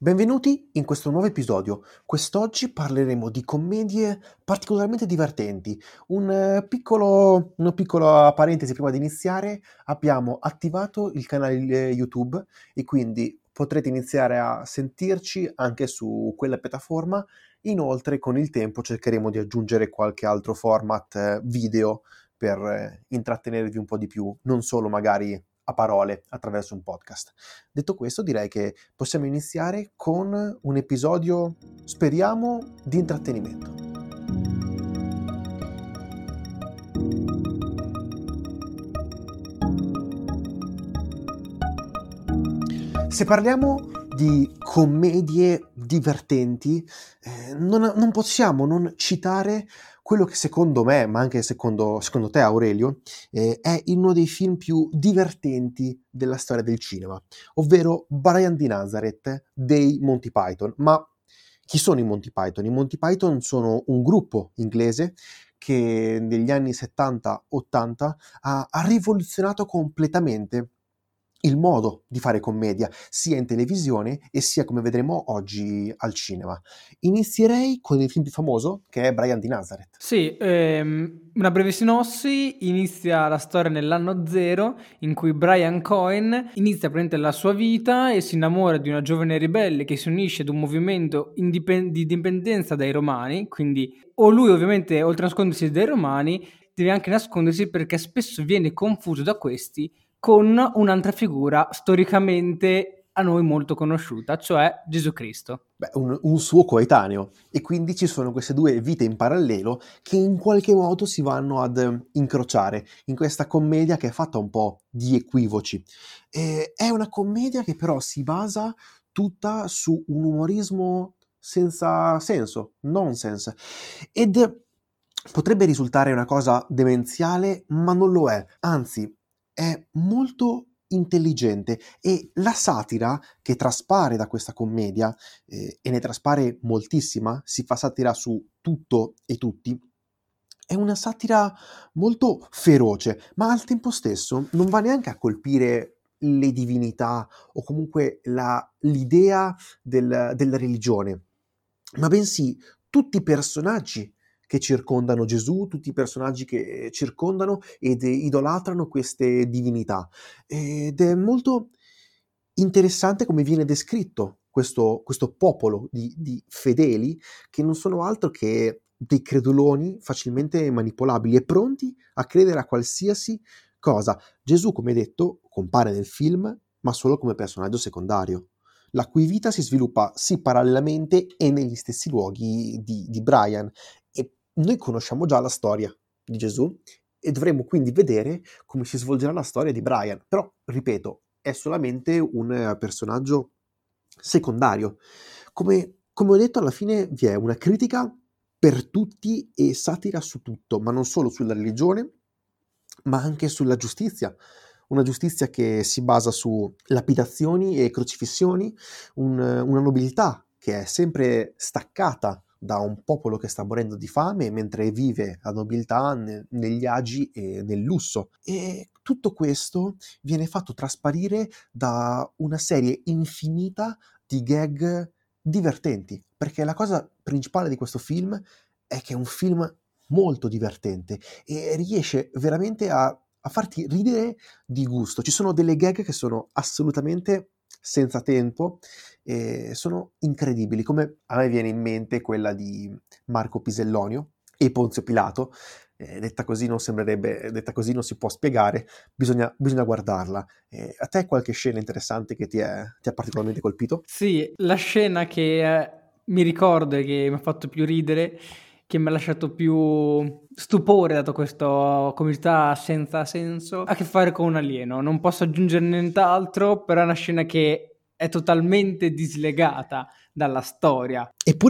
Benvenuti in questo nuovo episodio. Quest'oggi parleremo di commedie particolarmente divertenti. Una piccola parentesi prima di iniziare: abbiamo attivato il canale YouTube e quindi potrete iniziare a sentirci anche su quella piattaforma. Inoltre, con il tempo cercheremo di aggiungere qualche altro format video per intrattenervi un po' di più, non solo magari a parole attraverso un podcast. Detto questo, direi che possiamo iniziare con un episodio, speriamo, di intrattenimento. Se parliamo di commedie divertenti, non possiamo non citare quello che secondo me, ma anche secondo te Aurelio, è uno dei film più divertenti della storia del cinema, ovvero Brian di Nazareth dei Monty Python. Ma chi sono i Monty Python? I Monty Python sono un gruppo inglese che negli anni 70-80 ha rivoluzionato completamente il modo di fare commedia, sia in televisione e sia, come vedremo oggi, al cinema. Inizierei con il film più famoso, che è Brian di Nazareth. Sì, una breve sinossi: inizia la storia nell'anno 0 in cui Brian Cohen inizia praticamente la sua vita e si innamora di una giovane ribelle che si unisce ad un movimento di indipendenza dai romani, quindi o lui ovviamente, oltre a nascondersi dai romani, deve anche nascondersi perché spesso viene confuso da questi con un'altra figura storicamente a noi molto conosciuta, cioè Gesù Cristo. Beh, un suo coetaneo, e quindi ci sono queste due vite in parallelo che in qualche modo si vanno ad incrociare in questa commedia che è fatta un po' di equivoci. È una commedia che però si basa tutta su un umorismo senza senso, nonsense, ed potrebbe risultare una cosa demenziale, ma non lo è, anzi è molto intelligente, e la satira che traspare da questa commedia, e ne traspare moltissima, si fa satira su tutto e tutti, è una satira molto feroce, ma al tempo stesso non va neanche a colpire le divinità o comunque l'idea della religione, ma bensì tutti i personaggi che circondano Gesù, tutti i personaggi che circondano ed idolatrano queste divinità. Ed è molto interessante come viene descritto questo popolo di fedeli, che non sono altro che dei creduloni facilmente manipolabili e pronti a credere a qualsiasi cosa. Gesù, come detto, compare nel film, ma solo come personaggio secondario, la cui vita si sviluppa sì parallelamente e negli stessi luoghi di Brian. E noi conosciamo già la storia di Gesù e dovremo quindi vedere come si svolgerà la storia di Brian. Però, ripeto, è solamente un personaggio secondario. Come ho detto, alla fine vi è una critica per tutti e satira su tutto, ma non solo sulla religione, ma anche sulla giustizia. Una giustizia che si basa su lapidazioni e crocifissioni, una nobiltà che è sempre staccata da un popolo che sta morendo di fame mentre vive la nobiltà negli agi e nel lusso. E tutto questo viene fatto trasparire da una serie infinita di gag divertenti, perché la cosa principale di questo film è che è un film molto divertente e riesce veramente a farti ridere di gusto. Ci sono delle gag che sono assolutamente senza tempo e sono incredibili, come a me viene in mente quella di Marco Pisellonio e Ponzio Pilato. Detta così non sembrerebbe, detta così non si può spiegare, bisogna guardarla. A te qualche scena interessante che ti ha particolarmente colpito? Sì, la scena che mi ricordo e che mi ha fatto più ridere, che mi ha lasciato più stupore, dato questa comicità senza senso, ha a che fare con un alieno. Non posso aggiungere nient'altro, però è una scena che è totalmente dislegata dalla storia.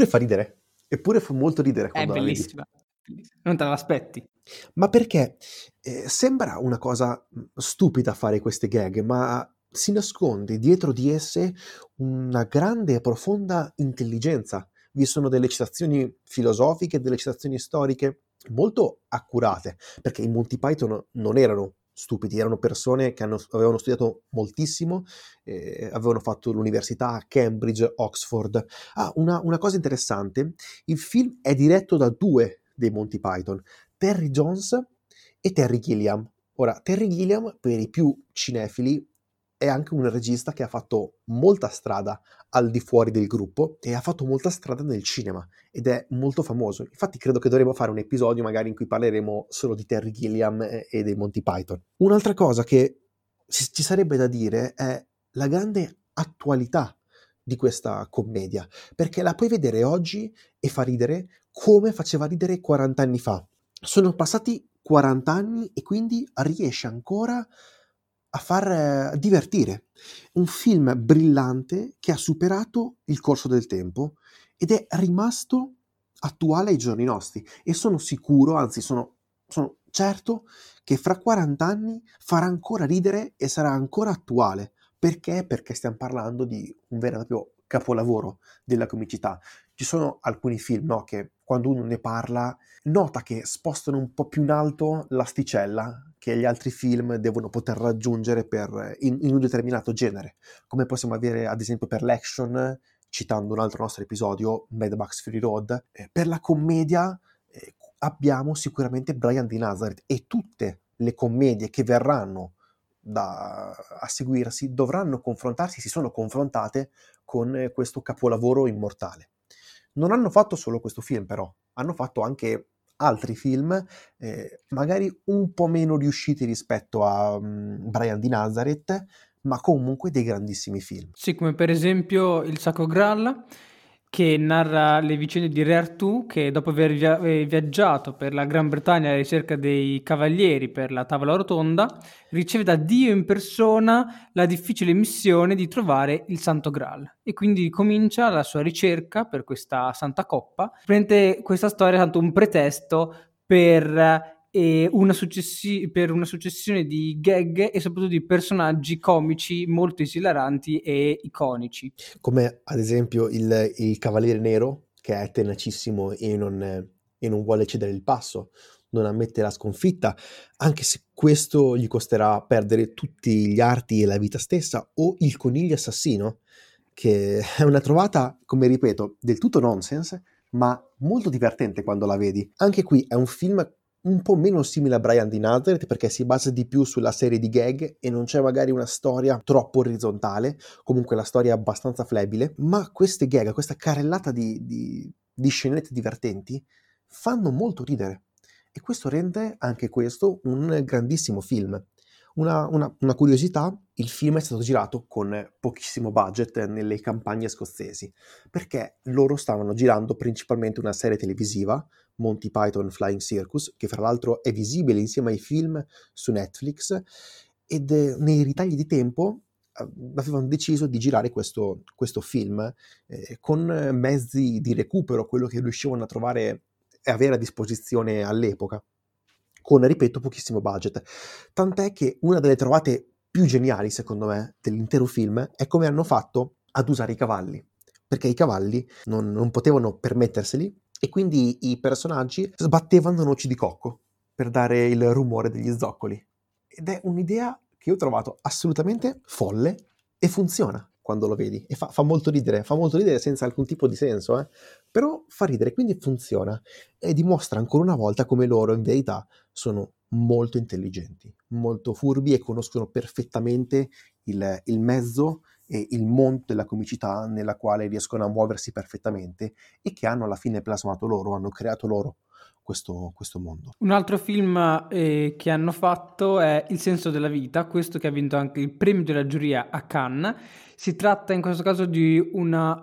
Eppure fa molto ridere È quando la vedi. bellissima, bellissima. Non te l'aspetti. Ma perché sembra una cosa stupida fare queste gag, ma si nasconde dietro di esse una grande e profonda intelligenza. Vi sono delle citazioni filosofiche, delle citazioni storiche molto accurate, perché i Monty Python non erano stupidi, erano persone che avevano studiato moltissimo, avevano fatto l'università a Cambridge, Oxford. Una cosa interessante, il film è diretto da due dei Monty Python, Terry Jones e Terry Gilliam. Ora, Terry Gilliam, per i più cinefili, è anche un regista che ha fatto molta strada al di fuori del gruppo e ha fatto molta strada nel cinema ed è molto famoso. Infatti credo che dovremmo fare un episodio magari in cui parleremo solo di Terry Gilliam e dei Monty Python. Un'altra cosa che ci sarebbe da dire è la grande attualità di questa commedia, perché la puoi vedere oggi e fa ridere come faceva ridere 40 anni fa. Sono passati 40 anni e quindi riesce ancora a far divertire. Un film brillante che ha superato il corso del tempo ed è rimasto attuale ai giorni nostri e sono sicuro, anzi sono certo che fra 40 anni farà ancora ridere e sarà ancora attuale. Perché? Perché stiamo parlando di un vero e proprio capolavoro della comicità. Ci sono alcuni film, no, che quando uno ne parla nota che spostano un po' più in alto l'asticella che gli altri film devono poter raggiungere in un determinato genere, come possiamo avere ad esempio per l'action, citando un altro nostro episodio, Mad Max Fury Road. Per la commedia abbiamo sicuramente Brian di Nazareth e tutte le commedie che verranno a seguirsi dovranno confrontarsi, si sono confrontate con questo capolavoro immortale. Non hanno fatto solo questo film però, hanno fatto anche altri film, magari un po' meno riusciti rispetto a Brian di Nazareth, ma comunque dei grandissimi film. Sì, come per esempio Il Sacro Graal, che narra le vicende di Re Artù, che dopo aver viaggiato per la Gran Bretagna alla ricerca dei cavalieri per la tavola rotonda, riceve da Dio in persona la difficile missione di trovare il Santo Graal. E quindi comincia la sua ricerca per questa santa coppa. Prende questa storia tanto un pretesto per una successione di gag e soprattutto di personaggi comici molto esilaranti e iconici. Come ad esempio il Cavaliere Nero, che è tenacissimo e non vuole cedere il passo, non ammette la sconfitta, anche se questo gli costerà perdere tutti gli arti e la vita stessa, o il Coniglio Assassino, che è una trovata, come ripeto, del tutto nonsense, ma molto divertente quando la vedi. Anche qui è un film un po' meno simile a Brian di Nazareth perché si basa di più sulla serie di gag e non c'è magari una storia troppo orizzontale, comunque la storia è abbastanza flebile, ma queste gag, questa carrellata di scenette divertenti fanno molto ridere e questo rende anche questo un grandissimo film. Una curiosità, il film è stato girato con pochissimo budget nelle campagne scozzesi, perché loro stavano girando principalmente una serie televisiva, Monty Python Flying Circus, che fra l'altro è visibile insieme ai film su Netflix, ed nei ritagli di tempo avevano deciso di girare questo film con mezzi di recupero, quello che riuscivano a trovare e avere a disposizione all'epoca, con, ripeto, pochissimo budget. Tant'è che una delle trovate più geniali, secondo me, dell'intero film è come hanno fatto ad usare i cavalli, perché i cavalli non potevano permetterseli e quindi i personaggi sbattevano noci di cocco per dare il rumore degli zoccoli. Ed è un'idea che io ho trovato assolutamente folle e funziona quando lo vedi e fa molto ridere senza alcun tipo di senso, però fa ridere, quindi funziona e dimostra ancora una volta come loro in verità sono molto intelligenti, molto furbi e conoscono perfettamente il mezzo e il mondo della comicità nella quale riescono a muoversi perfettamente e che hanno alla fine plasmato loro, hanno creato loro questo mondo. Un altro film che hanno fatto è Il senso della vita, questo che ha vinto anche il premio della giuria a Cannes. Si tratta in questo caso di una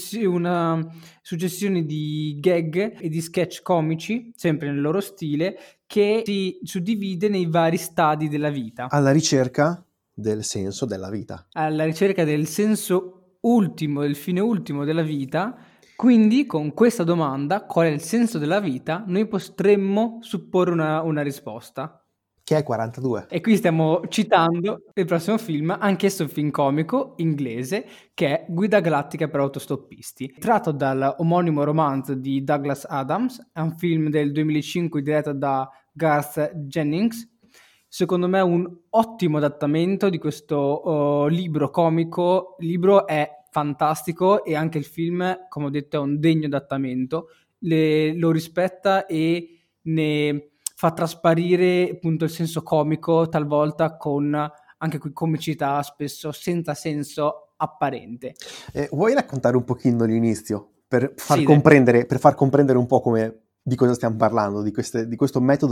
successione di gag e di sketch comici, sempre nel loro stile, che si suddivide nei vari stadi della vita. Alla ricerca del senso della vita. Alla ricerca del senso ultimo, del fine ultimo della vita. Quindi con questa domanda, qual è il senso della vita, noi potremmo supporre una risposta. Che è 42. E qui stiamo citando il prossimo film, anch'esso un film comico inglese, che è Guida galattica per autostoppisti. Tratto dal omonimo romanzo di Douglas Adams, è un film del 2005 diretto da Garth Jennings, secondo me un ottimo adattamento di questo libro comico. Il libro è fantastico e anche il film, come ho detto, è un degno adattamento. Lo rispetta e ne fa trasparire appunto il senso comico, talvolta con anche qui comicità, spesso senza senso apparente. Vuoi raccontare un pochino l'inizio Sì, dai. per far comprendere un po' come, di cosa stiamo parlando, di questo metodo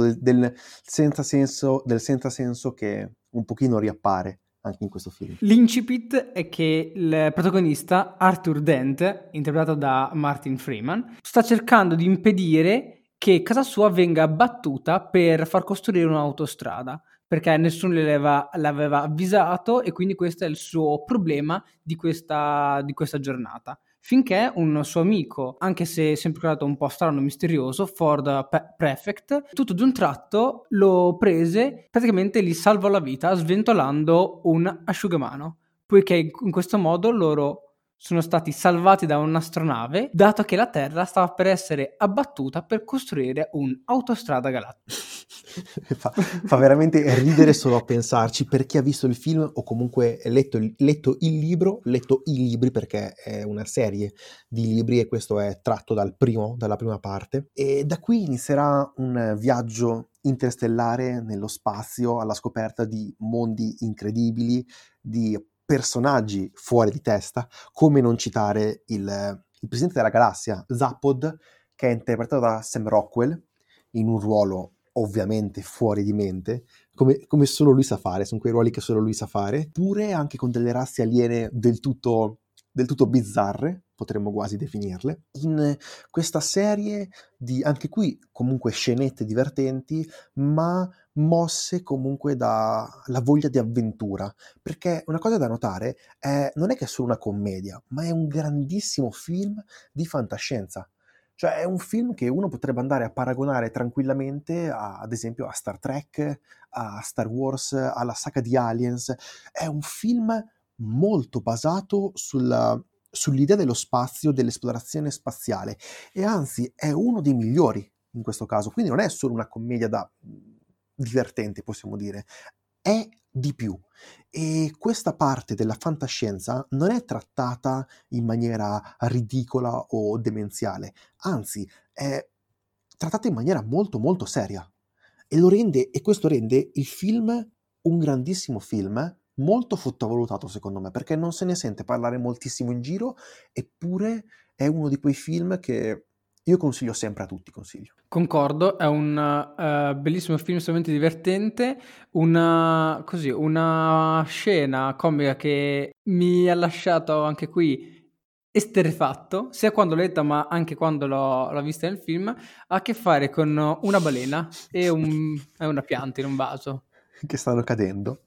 del senza senso che un pochino riappare anche in questo film? L'incipit è che il protagonista, Arthur Dent, interpretato da Martin Freeman, sta cercando di impedire che casa sua venga abbattuta per far costruire un'autostrada, perché nessuno l'aveva avvisato e quindi questo è il suo problema di questa giornata. Finché un suo amico, anche se sempre creato un po' strano e misterioso, Ford Prefect, tutto d'un tratto lo prese, praticamente gli salvò la vita sventolando un asciugamano, poiché in questo modo loro sono stati salvati da un'astronave, dato che la Terra stava per essere abbattuta per costruire un'autostrada galattica. Fa veramente ridere solo a pensarci, per chi ha visto il film o comunque letto il libro, letto i libri, perché è una serie di libri e questo è tratto dalla prima parte. E da qui inizierà un viaggio interstellare nello spazio alla scoperta di mondi incredibili, di personaggi fuori di testa, come non citare il presidente della galassia, Zaphod, che è interpretato da Sam Rockwell, in un ruolo ovviamente fuori di mente, come solo lui sa fare, sono quei ruoli che solo lui sa fare, pure anche con delle razze aliene del tutto bizzarre, potremmo quasi definirle, in questa serie di, anche qui, comunque scenette divertenti, ma mosse comunque dalla voglia di avventura, perché una cosa da notare non è che è solo una commedia, ma è un grandissimo film di fantascienza. Cioè è un film che uno potrebbe andare a paragonare tranquillamente ad esempio a Star Trek, a Star Wars, alla saga di Aliens. È un film molto basato sull'idea dello spazio, dell'esplorazione spaziale e anzi è uno dei migliori in questo caso. Quindi non è solo una commedia da divertente, possiamo dire, è di più. E questa parte della fantascienza non è trattata in maniera ridicola o demenziale, anzi è trattata in maniera molto molto seria e questo rende il film un grandissimo film, molto sottovalutato secondo me, perché non se ne sente parlare moltissimo in giro, eppure è uno di quei film che io consiglio sempre a tutti, consiglio. Concordo, è un bellissimo film, estremamente divertente, una scena comica che mi ha lasciato anche qui esterrefatto, sia quando l'ho letta ma anche quando l'ho vista nel film, ha a che fare con una balena e una pianta in un vaso. Che stanno cadendo.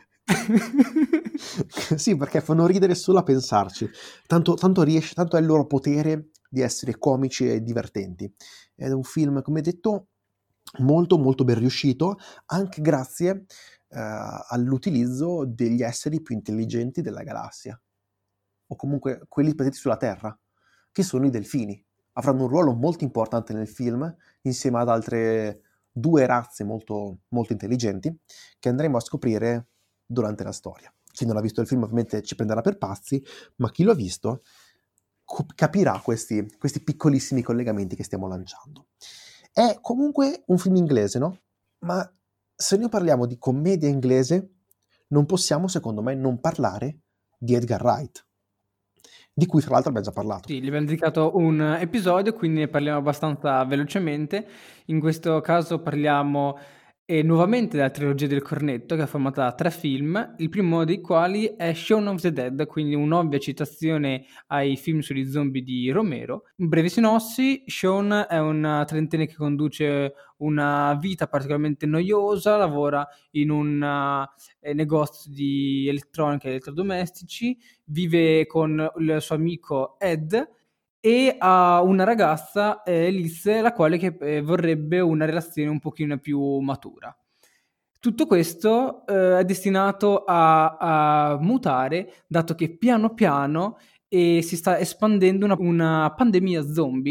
Sì, perché fanno ridere solo a pensarci. Tanto è il loro potere di essere comici e divertenti. Ed è un film, come detto, molto molto ben riuscito, anche grazie all'utilizzo degli esseri più intelligenti della galassia, o comunque quelli presenti sulla Terra, che sono i delfini. Avranno un ruolo molto importante nel film, insieme ad altre due razze molto, molto intelligenti, che andremo a scoprire durante la storia. Chi non ha visto il film ovviamente ci prenderà per pazzi, ma chi lo ha visto capirà questi piccolissimi collegamenti che stiamo lanciando. È comunque un film inglese, no? Ma se noi parliamo di commedia inglese, non possiamo, secondo me, non parlare di Edgar Wright, di cui tra l'altro abbiamo già parlato. Sì, gli abbiamo dedicato un episodio, quindi ne parliamo abbastanza velocemente. In questo caso parliamo nuovamente della trilogia del Cornetto, che è formata da 3 film, il primo dei quali è Shaun of the Dead, quindi un'ovvia citazione ai film sugli zombie di Romero. In breve sinossi, Shaun è un trentenne che conduce una vita particolarmente noiosa, lavora in un negozio di elettronica e elettrodomestici, vive con il suo amico Ed e ha una ragazza, Liz, la quale vorrebbe una relazione un pochino più matura. Tutto questo è destinato a mutare, dato che piano piano si sta espandendo una pandemia zombie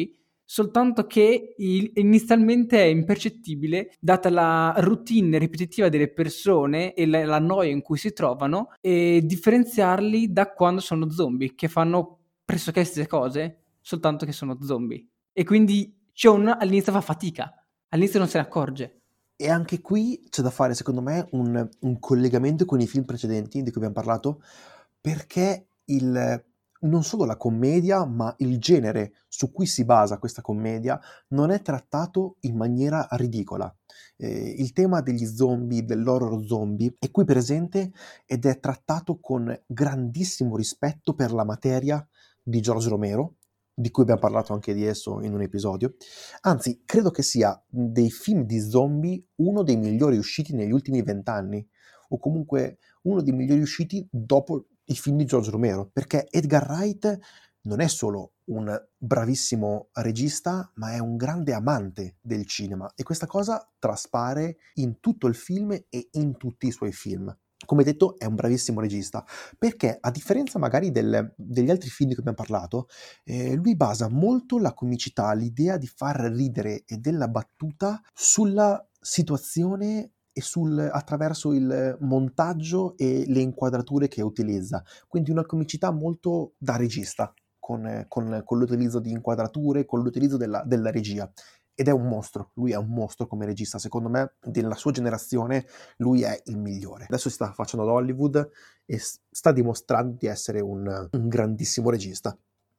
soltanto che inizialmente è impercettibile, data la routine ripetitiva delle persone e la noia in cui si trovano, e differenziarli da quando sono zombie, che fanno pressoché le stesse cose, soltanto che sono zombie. E quindi Sean all'inizio fa fatica, all'inizio non se ne accorge. E anche qui c'è da fare, secondo me, un collegamento con i film precedenti di cui abbiamo parlato, perché non solo la commedia, ma il genere su cui si basa questa commedia non è trattato in maniera ridicola. Il tema degli zombie, dell'horror zombie, è qui presente ed è trattato con grandissimo rispetto per la materia di George Romero, di cui abbiamo parlato anche di esso in un episodio. Anzi, credo che sia dei film di zombie uno dei migliori usciti negli ultimi 20 anni, o comunque uno dei migliori usciti dopo i film di George Romero, perché Edgar Wright non è solo un bravissimo regista, ma è un grande amante del cinema, e questa cosa traspare in tutto il film e in tutti i suoi film. Come detto, è un bravissimo regista, perché a differenza magari degli altri film di cui abbiamo parlato, lui basa molto la comicità, l'idea di far ridere e della battuta sulla situazione e attraverso il montaggio e le inquadrature che utilizza. Quindi una comicità molto da regista, con l'utilizzo di inquadrature, con l'utilizzo della regia. Ed è un mostro, lui è un mostro come regista, secondo me della sua generazione lui è il migliore. Adesso si sta facendo ad Hollywood e sta dimostrando di essere un grandissimo regista.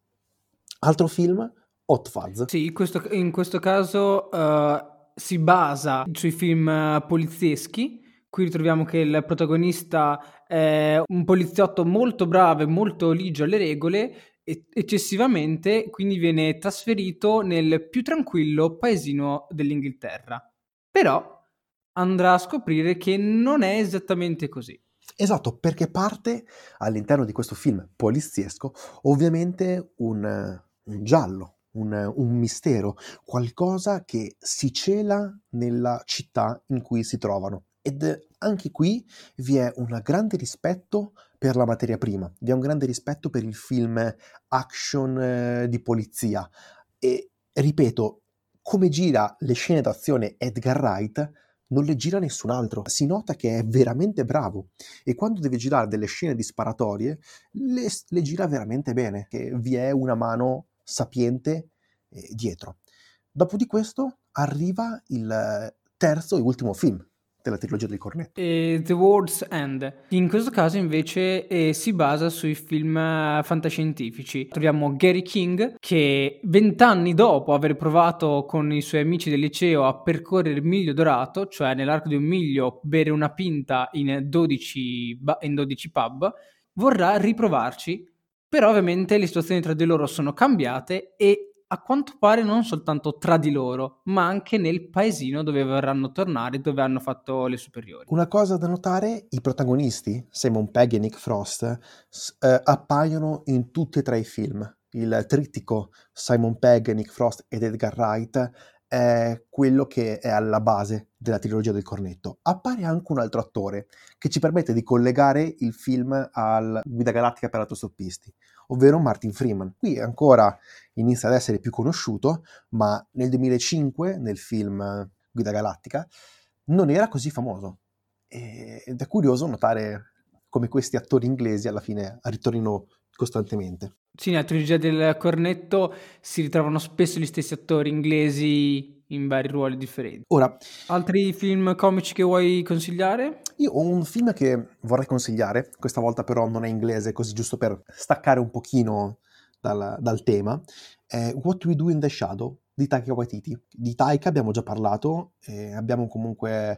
Altro film, Hot Fuzz. Sì, in questo caso si basa sui film polizieschi. Qui ritroviamo che il protagonista è un poliziotto molto bravo e molto ligio alle regole, e eccessivamente, quindi viene trasferito nel più tranquillo paesino dell'Inghilterra. Però andrà a scoprire che non è esattamente così. Esatto, perché parte all'interno di questo film poliziesco ovviamente un giallo, un mistero, qualcosa che si cela nella città in cui si trovano. Ed anche qui vi è un grande rispetto per la materia prima, vi è un grande rispetto per il film action di polizia. E ripeto, come gira le scene d'azione Edgar Wright non le gira nessun altro. Si nota che è veramente bravo, e quando deve girare delle scene di sparatorie le gira veramente bene, che vi è una mano sapiente dietro. Dopo di questo arriva il terzo e ultimo film della trilogia del Cornetto. E The World's End. In questo caso invece si basa sui film fantascientifici. Troviamo Gary King che 20 anni dopo aver provato con i suoi amici del liceo a percorrere il miglio dorato, cioè nell'arco di un miglio bere una pinta in 12 pub, vorrà riprovarci, però ovviamente le situazioni tra di loro sono cambiate, e a quanto pare non soltanto tra di loro, ma anche nel paesino dove vorranno tornare, dove hanno fatto le superiori. Una cosa da notare, i protagonisti, Simon Pegg e Nick Frost, appaiono in tutti e tre i film. Il trittico Simon Pegg, Nick Frost ed Edgar Wright è quello che è alla base della trilogia del Cornetto. Appare anche un altro attore che ci permette di collegare il film al Guida Galattica per autostoppisti, ovvero Martin Freeman. Qui ancora inizia ad essere più conosciuto, ma nel 2005, nel film Guida Galattica, non era così famoso. Ed è curioso notare come questi attori inglesi alla fine ritornino costantemente. Sì, nella trilogia del Cornetto si ritrovano spesso gli stessi attori inglesi in vari ruoli differenti. Ora, Altri film comici che vuoi consigliare? io ho un film che vorrei consigliare, questa volta però non è inglese, così giusto per staccare un pochino dal tema. È What We Do in the Shadow di Taika Waititi. Di Taika abbiamo già parlato, abbiamo comunque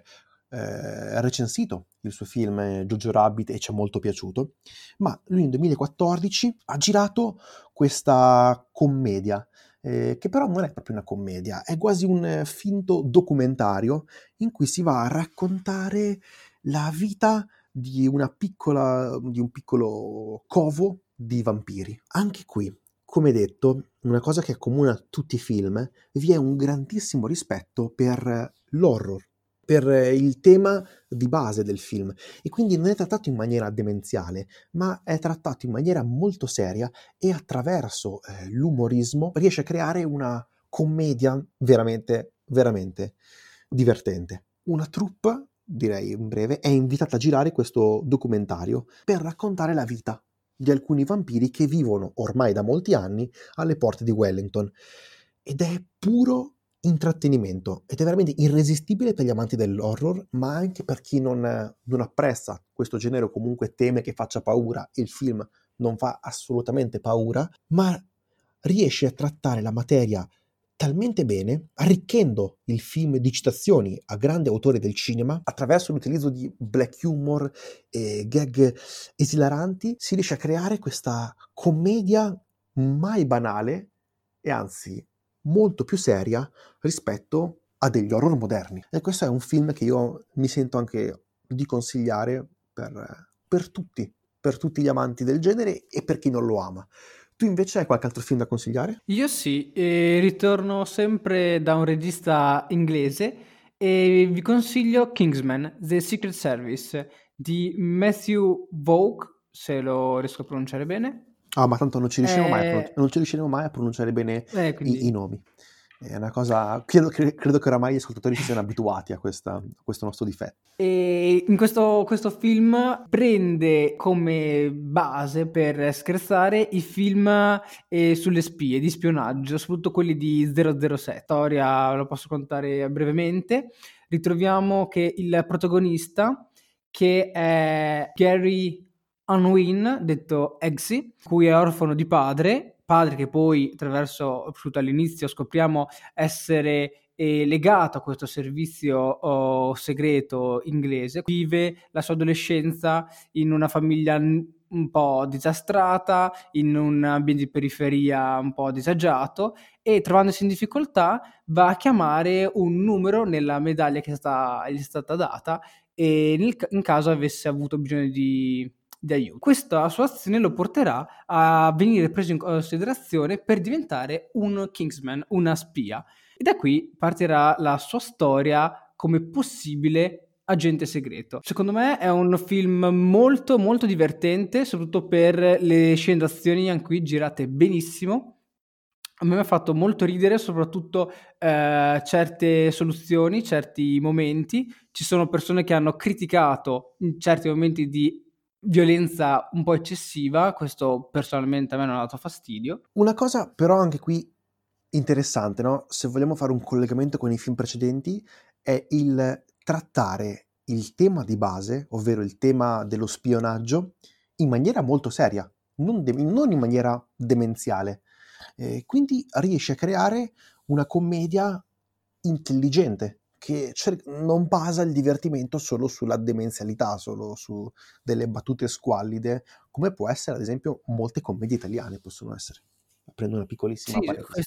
recensito il suo film Jojo Rabbit e ci è molto piaciuto, ma lui nel 2014 ha girato questa commedia, che però non è proprio una commedia, è quasi un finto documentario in cui si va a raccontare la vita di un piccolo covo di vampiri. Anche qui, come detto, una cosa che accomuna tutti i film, vi è un grandissimo rispetto per l'horror, per il tema di base del film, e quindi non è trattato in maniera demenziale, ma è trattato in maniera molto seria, e attraverso l'umorismo riesce a creare una commedia veramente, veramente divertente. Una troupe, direi in breve, è invitata a girare questo documentario per raccontare la vita di alcuni vampiri che vivono ormai da molti anni alle porte di Wellington. Ed è puro intrattenimento ed è veramente irresistibile per gli amanti dell'horror, ma anche per chi non apprezza questo genere o comunque teme che faccia paura. Il film non fa assolutamente paura, ma riesce a trattare la materia talmente bene, arricchendo il film di citazioni a grandi autori del cinema, attraverso l'utilizzo di black humor e gag esilaranti, si riesce a creare questa commedia mai banale e anzi molto più seria rispetto a degli horror moderni. E questo è un film che io mi sento anche di consigliare per tutti gli amanti del genere e per chi non lo ama. Tu invece hai qualche altro film da consigliare? Io sì, e ritorno sempre da un regista inglese e vi consiglio Kingsman: The Secret Service di Matthew Vaughn, se lo riesco a pronunciare bene. Ah, ma tanto non ci riusciremo mai a, Eh, non ci riusciremo mai a pronunciare bene i quindi nomi. È una cosa. Credo che oramai gli ascoltatori si siano abituati a questo nostro difetto. E in questo film prende come base per scherzare i film sulle spie, di spionaggio, soprattutto quelli di 007. Storia, lo posso contare brevemente. Ritroviamo che il protagonista, che è Gary Unwin, detto Eggsy, cui è orfano di padre che poi attraverso, all'inizio scopriamo essere legato a questo servizio segreto inglese. Vive la sua adolescenza in una famiglia un po' disastrata, in un ambiente di periferia un po' disagiato, e trovandosi in difficoltà va a chiamare un numero nella medaglia che gli è stata data, e in caso avesse avuto bisogno di aiuto. Questa sua azione lo porterà a venire preso in considerazione per diventare un Kingsman, una spia. E da qui partirà la sua storia come possibile agente segreto. Secondo me è un film molto molto divertente, soprattutto per le scene d'azione anche qui girate benissimo. A me mi ha fatto molto ridere, soprattutto certe soluzioni, certi momenti. Ci sono persone che hanno criticato in certi momenti di violenza un po' eccessiva, questo personalmente a me non ha dato fastidio. Una cosa però anche qui interessante, no? Se vogliamo fare un collegamento con i film precedenti, è il trattare il tema di base, ovvero il tema dello spionaggio, in maniera molto seria, non in maniera demenziale. Quindi riesce a creare una commedia intelligente, che non basa il divertimento solo sulla demenzialità, solo su delle battute squallide, come può essere ad esempio molte commedie italiane possono essere. Prendo una piccolissima Sì, parentesi.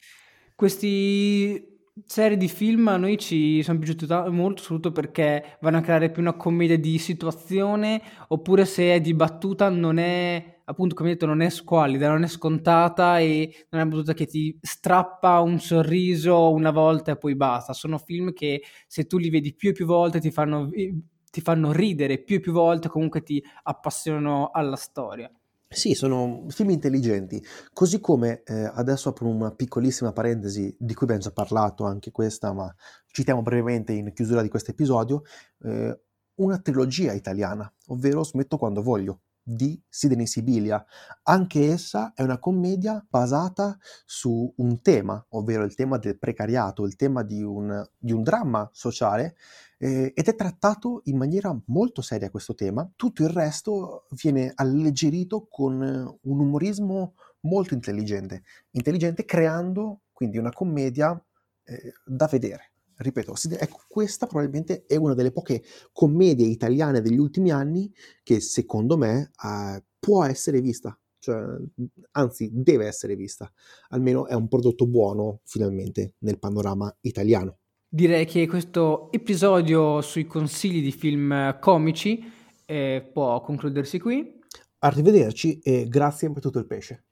questi serie di film a noi ci sono piaciuti molto, soprattutto perché vanno a creare più una commedia di situazione, oppure se è di battuta non è, appunto come detto, non è squallida, non è scontata e non è una battuta che ti strappa un sorriso una volta e poi basta. Sono film che se tu li vedi più e più volte ti fanno ridere più e più volte, comunque ti appassionano alla storia. Sì, sono film intelligenti, così come adesso apro una piccolissima parentesi di cui abbiamo già parlato anche questa, ma citiamo brevemente in chiusura di questo episodio, una trilogia italiana, ovvero Smetto quando voglio, di Sidney Sibilia. Anche essa è una commedia basata su un tema, ovvero il tema del precariato, il tema di un dramma sociale, ed è trattato in maniera molto seria questo tema. Tutto il resto viene alleggerito con un umorismo molto intelligente creando quindi una commedia da vedere. Ripeto, ecco, questa probabilmente è una delle poche commedie italiane degli ultimi anni che secondo me può essere vista, cioè, anzi deve essere vista, almeno è un prodotto buono finalmente nel panorama italiano. Direi che questo episodio sui consigli di film comici può concludersi qui. Arrivederci e grazie per tutto il pesce.